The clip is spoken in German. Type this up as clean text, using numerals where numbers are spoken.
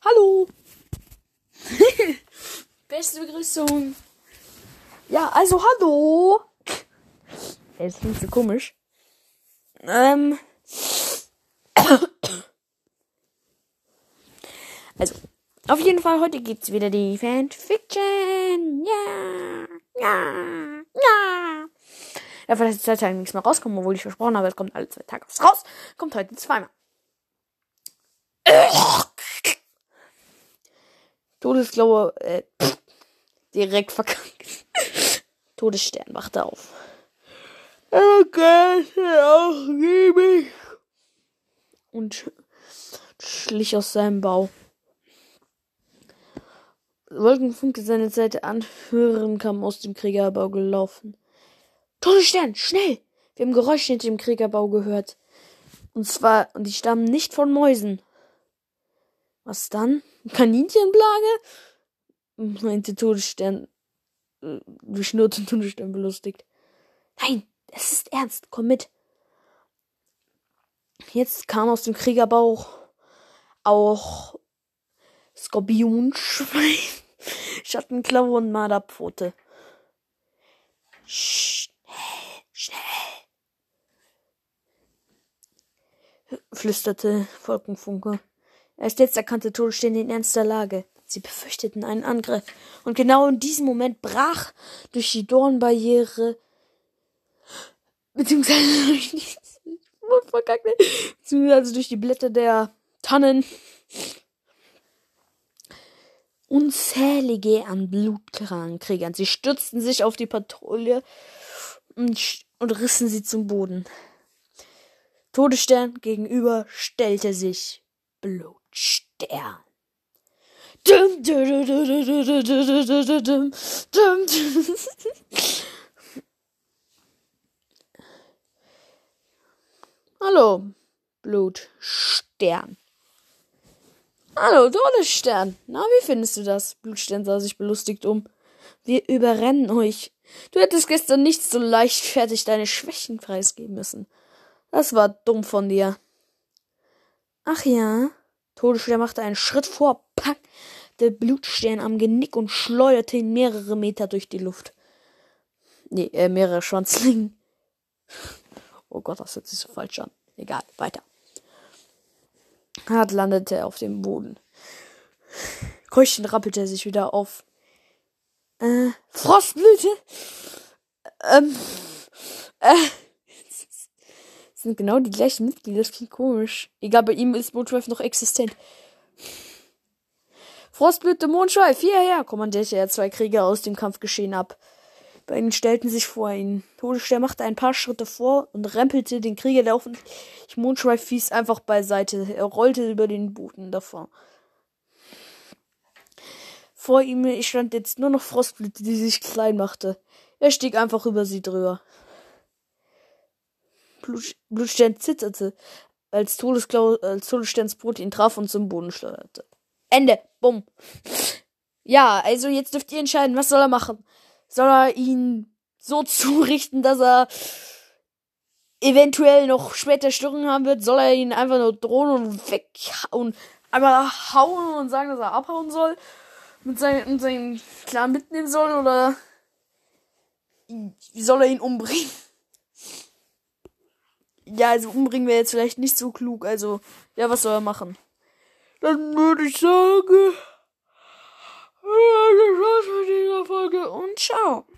Hallo. Beste Begrüßung. Ja, also hallo. Es klingt so komisch. Also, auf jeden Fall, heute gibt's wieder die Fanfiction. Ja. Dafür, dass die 2 Tage nichts mehr rauskommen, obwohl ich versprochen habe, es kommt alle 2 Tage raus. Kommt heute zweimal. Todesglaube, direkt verkackt. Todesstern wachte auf. Okay, auch liebig. Und schlich aus seinem Bau. Wolkenfunke seine Seite anhören, kam aus dem Kriegerbau gelaufen. Todesstern, schnell! Wir haben Geräusche hinter dem Kriegerbau gehört. Und die stammen nicht von Mäusen. Was dann? Kaninchenplage? Meinte Todesstern. Schnurrte Todesstern belustigt. Nein, es ist ernst, komm mit. Jetzt kam aus dem Kriegerbau auch Skorpionschwein, Schattenklaue und Marderpfote. Schnell, flüsterte Wolkenfunke. Erst jetzt erkannte Todesstern den Ernst der Lage. Sie befürchteten einen Angriff. Und genau in diesem Moment brach durch die Dornbarriere beziehungsweise durch die Blätter der Tannen unzählige an blutkranken Kriegern. Sie stürzten sich auf die Patrouille und rissen sie zum Boden. Todesstern gegenüber stellte sich Blutstern. Hallo, Blutstern. Hallo, Todesstern. Na, wie findest du das? Blutstern sah sich belustigt um. Wir überrennen euch. Du hättest gestern nicht so leichtfertig deine Schwächen preisgeben müssen. Das war dumm von dir. Ach ja. Todesstern machte einen Schritt vor, packte Blutstern am Genick und schleuderte ihn mehrere Meter durch die Luft. Mehrere Schwanzlingen. Oh Gott, das hört sich so falsch an. Egal, weiter. Hart landete er auf dem Boden. Keuchend rappelte er sich wieder auf. Frostblüte? Das sind genau die gleichen Mitglieder, das klingt komisch. Egal, bei ihm ist Mondschweif noch existent. Frostblüte, Mondschweif, hierher, kommandierte er 2 Krieger aus dem Kampfgeschehen ab. Beiden stellten sich vor ihn. Todesstern machte ein paar Schritte vor und rempelte den Krieger, der auf Mondschweif fies, einfach beiseite. Er rollte über den Boden davon. Vor ihm stand jetzt nur noch Frostblüte, die sich klein machte. Er stieg einfach über sie drüber. Blutstern zitterte, als Todessterns Brot ihn traf und zum Boden schleuderte. Ende. Bumm. Ja, also jetzt dürft ihr entscheiden, was soll er machen? Soll er ihn so zurichten, dass er eventuell noch später Störungen haben wird? Soll er ihn einfach nur drohen und weghauen, einmal hauen und sagen, dass er abhauen soll? Und seinen Clan mitnehmen soll? Oder soll er ihn umbringen? Ja, also umbringen wäre jetzt vielleicht nicht so klug. Also, ja, was soll er machen? Dann würde ich sagen, das war's mit dieser Folge und ciao.